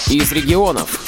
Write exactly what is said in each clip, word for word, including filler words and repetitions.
из регионов.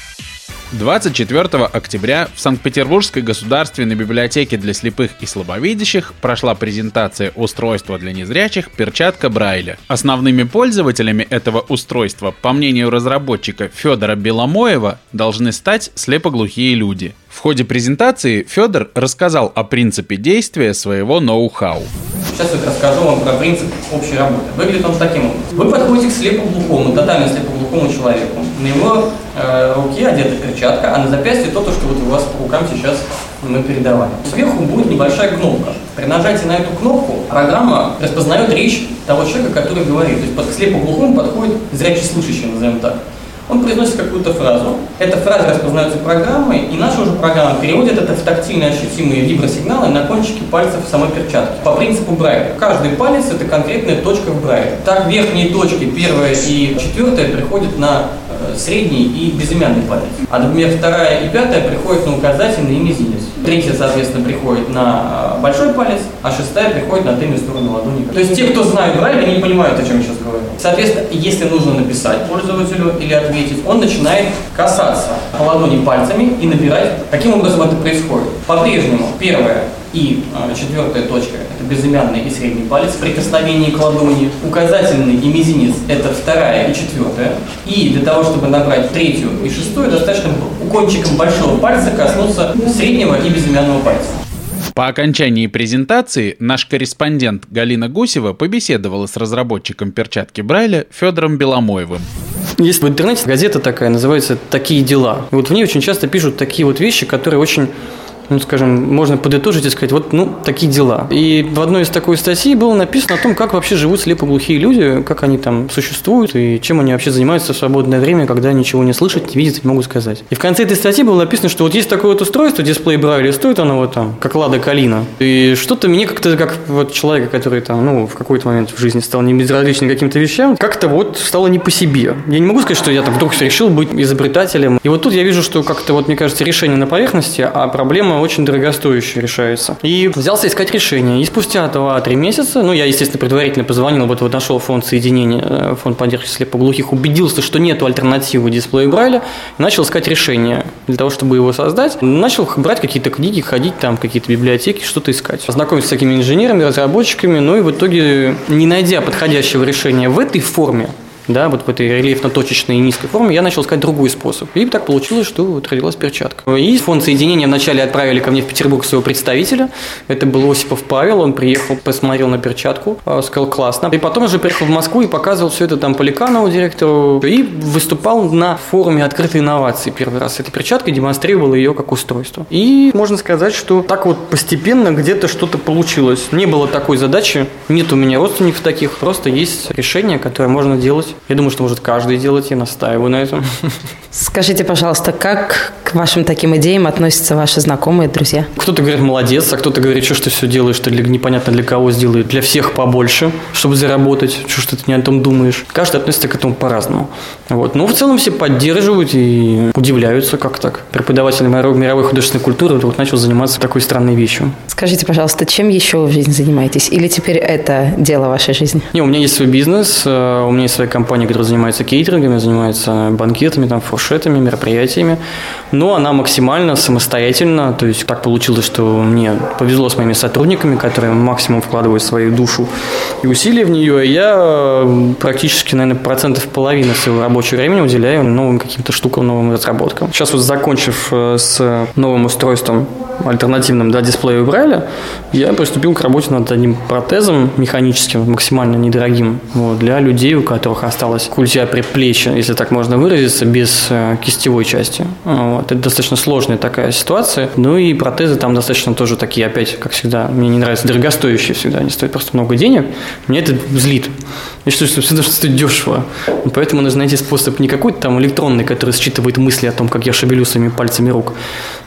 двадцать четвёртого октября в Санкт-Петербургской государственной библиотеке для слепых и слабовидящих прошла презентация устройства для незрячих «Перчатка Брайля». Основными пользователями этого устройства, по мнению разработчика Федора Беломоева, должны стать слепоглухие люди. В ходе презентации Федор рассказал о принципе действия своего ноу-хау. Сейчас я расскажу вам про принцип общей работы. Выглядит он таким образом. Вы подходите к слепоглухому, тотально слепоглухому человеку. На его э, руке одета перчатка, а на запястье то, что вот у вас по рукам сейчас мы передавали. Сверху будет небольшая кнопка. При нажатии на эту кнопку программа распознает речь того человека, который говорит. То есть под слепоглухому подходит зрячий слышащий, назовем так. Он произносит какую-то фразу, эта фраза распознается программой, и наша уже программа переводит это в тактильно ощутимые вибросигналы на кончики пальцев самой перчатки. По принципу Брайля. Каждый палец – это конкретная точка в Брайле. Так, верхние точки, первая и четвертая, приходят на э, средний и безымянный палец. А, например, вторая и пятая приходят на указательный и мизинец. Третья, соответственно, приходит на большой палец, а шестая приходит на тыльную сторону ладони. То есть те, кто знают Брайль, они понимают, о чем я сейчас говорю. Соответственно, если нужно написать пользователю или ответить, он начинает касаться по ладони пальцами и набирать. Каким образом это происходит? По-прежнему первая и э, четвертая точка – это безымянный и средний палец. Прикосновение к ладони. Указательный и мизинец – это вторая и четвертая. И для того, чтобы набрать третью и шестую, достаточно кончиком большого пальца коснуться среднего и безымянного пальца. По окончании презентации наш корреспондент Галина Гусева побеседовала с разработчиком перчатки Брайля Федором Беломоевым. Есть в интернете газета такая, называется «Такие дела». И вот в ней очень часто пишут такие вот вещи, которые очень, ну, скажем, можно подытожить и сказать, вот, ну, такие дела. И в одной из такой статей было написано о том, как вообще живут слепоглухие люди, как они там существуют и чем они вообще занимаются в свободное время, когда ничего не слышат, не видят и не могут сказать. И в конце этой статьи было написано, что вот есть такое вот устройство, дисплей Брайля, стоит оно вот там, как Лада Калина. И что-то мне как-то, как вот человека, который там, ну, в какой-то момент в жизни стал не безразличен каким-то вещам, как-то вот стало не по себе. Я не могу сказать, что я там вдруг решил быть изобретателем. И вот тут я вижу, что как-то вот, мне кажется, решение на поверхности, а проблема очень дорогостоящая решается. И взялся искать решение. И спустя два-три месяца, ну, я, естественно, предварительно позвонил, вот, вот нашел фонд соединения, фонд поддержки слепоглухих, убедился, что нету альтернативы дисплею Брайля, и начал искать решение для того, чтобы его создать. Начал брать какие-то книги, ходить там, какие-то библиотеки, что-то искать. Познакомиться с такими инженерами, разработчиками, ну и в итоге, не найдя подходящего решения в этой форме, да, вот в этой рельефно-точечной и низкой форме, я начал искать другой способ. И так получилось, что вот родилась перчатка. И фонд соединения вначале отправили ко мне в Петербург своего представителя. Это был Осипов Павел. Он приехал, посмотрел на перчатку, сказал классно. И потом уже приехал в Москву и показывал все это там Поликанову, директору. И выступал на форуме открытой инновации первый раз с этой перчаткой, демонстрировал ее как устройство. И можно сказать, что так вот постепенно где-то что-то получилось. Не было такой задачи, нет у меня родственников таких, просто есть решение, которое можно делать. Я думаю, что может каждый делать, я настаиваю на этом. Скажите, пожалуйста, как к вашим таким идеям относятся ваши знакомые, друзья? Кто-то говорит молодец, а кто-то говорит, что ж ты все делаешь, что для, непонятно для кого сделают, для всех побольше, чтобы заработать, что ж ты не о том думаешь. Каждый относится к этому по-разному. Вот. Но в целом все поддерживают и удивляются, как так. Преподаватель мировой художественной культуры вот начал заниматься такой странной вещью. Скажите, пожалуйста, чем еще вы в жизни занимаетесь? Или теперь это дело вашей жизни? Не, у меня есть свой бизнес, у меня есть своя компания, компания, которая занимается кейтерингами, занимается банкетами, там, фуршетами, мероприятиями. Но она максимально самостоятельна. То есть так получилось, что мне повезло с моими сотрудниками, которые максимум вкладывают свою душу и усилия в нее. И я практически, наверное, процентов половины своего рабочего времени уделяю новым каким-то штукам, новым разработкам. Сейчас вот закончив с новым устройством альтернативным, да, дисплею Брайля, я приступил к работе над одним протезом механическим, максимально недорогим, вот, для людей, у которых осталась культя предплечья, если так можно выразиться, без э, кистевой части. Вот. Это достаточно сложная такая ситуация. Ну и протезы там достаточно тоже такие, опять, как всегда, мне не нравятся дорогостоящие всегда, они стоят просто много денег. Мне это злит. Я считаю, что все должно стоить дешево. Поэтому нужно найти способ не какой-то там электронный, который считывает мысли о том, как я шевелю своими пальцами рук,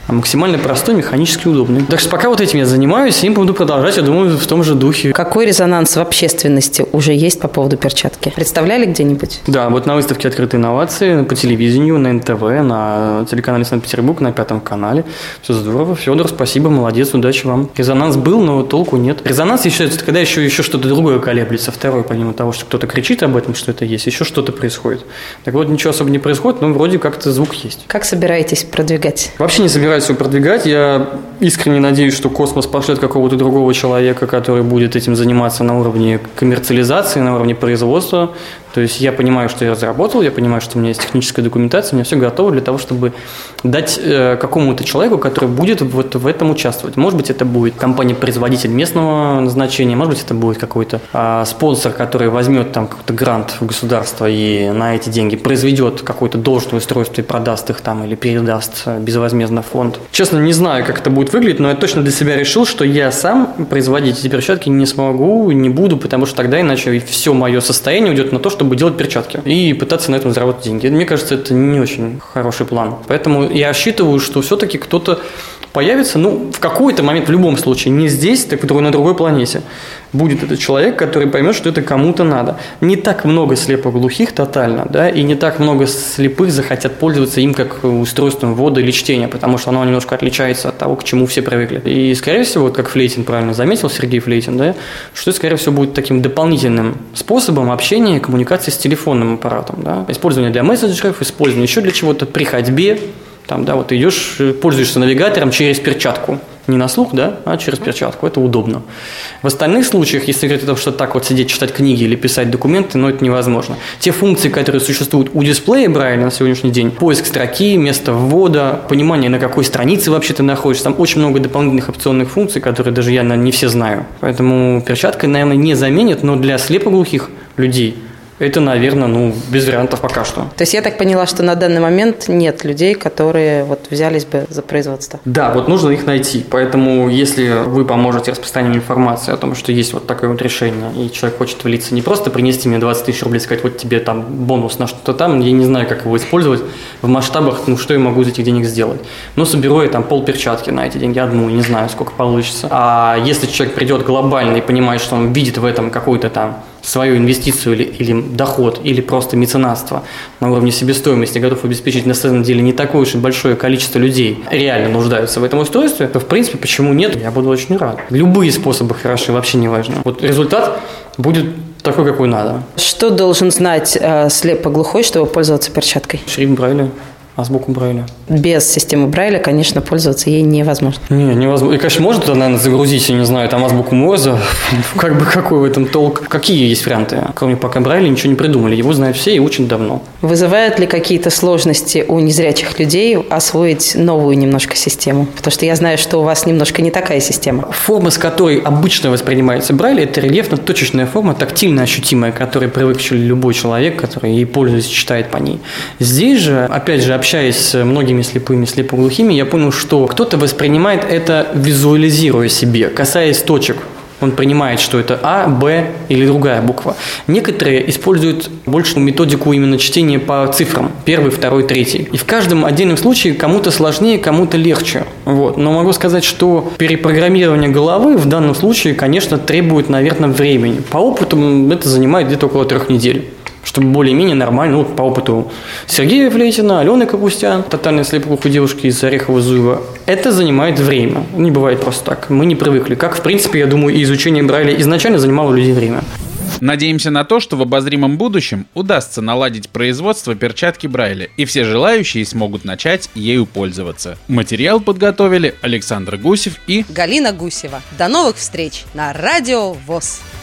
а максимально простой, механически удобный. Так что пока вот этим я занимаюсь, им буду продолжать, я думаю, в том же духе. Какой резонанс в общественности уже есть по поводу перчатки? Представляли где-нибудь? Да, вот на выставке «Открытые инновации» по телевидению, на эн тэ вэ, на телеканале Санкт-Петербург, на Пятом канале. Все здорово. Федор, спасибо, молодец, удачи вам. Резонанс был, но толку нет. Резонанс еще это когда еще, еще что-то другое колеблется. Второе, помимо того, что кто-то кричит об этом, что это есть, еще что-то происходит. Так вот, ничего особо не происходит, но вроде как-то звук есть. Как собираетесь продвигать? Вообще не собираюсь его продвигать. Я искренне надеюсь, что космос пошлет какого-то другого человека, который будет этим заниматься на уровне коммерциализации, на уровне производства. То есть я понимаю, что я разработал, я понимаю, что у меня есть техническая документация, у меня все готово для того, чтобы дать э, какому-то человеку, который будет вот в этом участвовать. Может быть, это будет компания-производитель местного назначения, может быть, это будет какой-то э, спонсор, который возьмет там какой-то грант в государство и на эти деньги произведет какое-то должное устройство и продаст их там или передаст безвозмездно в фонд. Честно, не знаю, как это будет выглядеть, но я точно для себя решил, что я сам производить эти перчатки не смогу, не буду, потому что тогда иначе все мое состояние уйдет на то, чтобы делать перчатки и пытаться на этом заработать деньги. Мне кажется, это не очень хороший план. Поэтому я рассчитываю, что все-таки кто-то появится, ну, в какой-то момент, в любом случае, не здесь, так на другой планете. Будет этот человек, который поймет, что это кому-то надо. Не так много слепоглухих тотально, да, и не так много слепых захотят пользоваться им как устройством ввода или чтения, потому что оно немножко отличается от того, к чему все привыкли. И, скорее всего, вот как Флейтин правильно заметил, Сергей Флейтин, да, что это, скорее всего, будет таким дополнительным способом общения и коммуникации с телефонным аппаратом, да. Использование для мессенджеров, использование еще для чего-то при ходьбе. Там, да, вот ты идешь, пользуешься навигатором через перчатку. Не на слух, да, а через перчатку. Это удобно. В остальных случаях, если говорить о том, что так вот сидеть, читать книги или писать документы, ну, это невозможно. Те функции, которые существуют у дисплея Брайля на сегодняшний день, поиск строки, место ввода, понимание, на какой странице вообще ты находишься, там очень много дополнительных опционных функций, которые даже я, наверное, не все знаю. Поэтому перчатка, наверное, не заменит, но для слепоглухих людей это, наверное, ну, без вариантов пока что. То есть я так поняла, что на данный момент нет людей, которые вот взялись бы за производство? Да, вот нужно их найти. Поэтому, если вы поможете распространению информации о том, что есть вот такое вот решение, и человек хочет влиться, не просто принести мне двадцать тысяч рублей, сказать, вот тебе там бонус на что-то там, я не знаю, как его использовать в масштабах, ну, что я могу из этих денег сделать. Но соберу я там пол перчатки на эти деньги, одну, не знаю, сколько получится. А если человек придет глобально и понимает, что он видит в этом какой-то там свою инвестицию или, или доход, или просто меценатство на уровне себестоимости, готов обеспечить на самом деле не такое уж и большое количество людей реально нуждаются в этом устройстве, то, в принципе, почему нет, я буду очень рад. Любые способы хороши, вообще не важно. Вот результат будет такой, какой надо. Что должен знать э, слепоглухой, чтобы пользоваться перчаткой? Шрифт Брайля. Азбуку Брайля. Без системы Брайля, конечно, пользоваться ей невозможно. Не, невозможно. И, конечно, может, наверное, загрузить, я не знаю, там азбуку Морзе. Как бы какой в этом толк? Какие есть варианты? Кроме пока Брайля ничего не придумали. Его знают все и очень давно. Вызывают ли какие-то сложности у незрячих людей освоить новую немножко систему? Потому что я знаю, что у вас немножко не такая система. Форма, с которой обычно воспринимается Брайль, это рельефно-точечная форма, тактильно ощутимая, к которой привык любой человек, который ей пользуется, читает по ней. Здесь же, опять же, общаясь с многими слепыми, слепоглухими, я понял, что кто-то воспринимает это, визуализируя себе, касаясь точек. Он понимает, что это А, Б или другая буква. Некоторые используют больше методику именно чтения по цифрам. Первый, второй, третий. И в каждом отдельном случае кому-то сложнее, кому-то легче. Вот. Но могу сказать, что перепрограммирование головы в данном случае, конечно, требует, наверное, времени. По опыту это занимает где-то около трех недель. Чтобы более-менее нормально, ну, по опыту Сергея Флейтина, Алены Капустян, тотально слепоглухой девушки из Орехово-Зуева, это занимает время. Не бывает просто так. Мы не привыкли. Как, в принципе, я думаю, и изучение Брайля изначально занимало у людей время. Надеемся на то, что в обозримом будущем удастся наладить производство перчатки Брайля, и все желающие смогут начать ею пользоваться. Материал подготовили Александр Гусев и Галина Гусева. До новых встреч на Радио ВОС.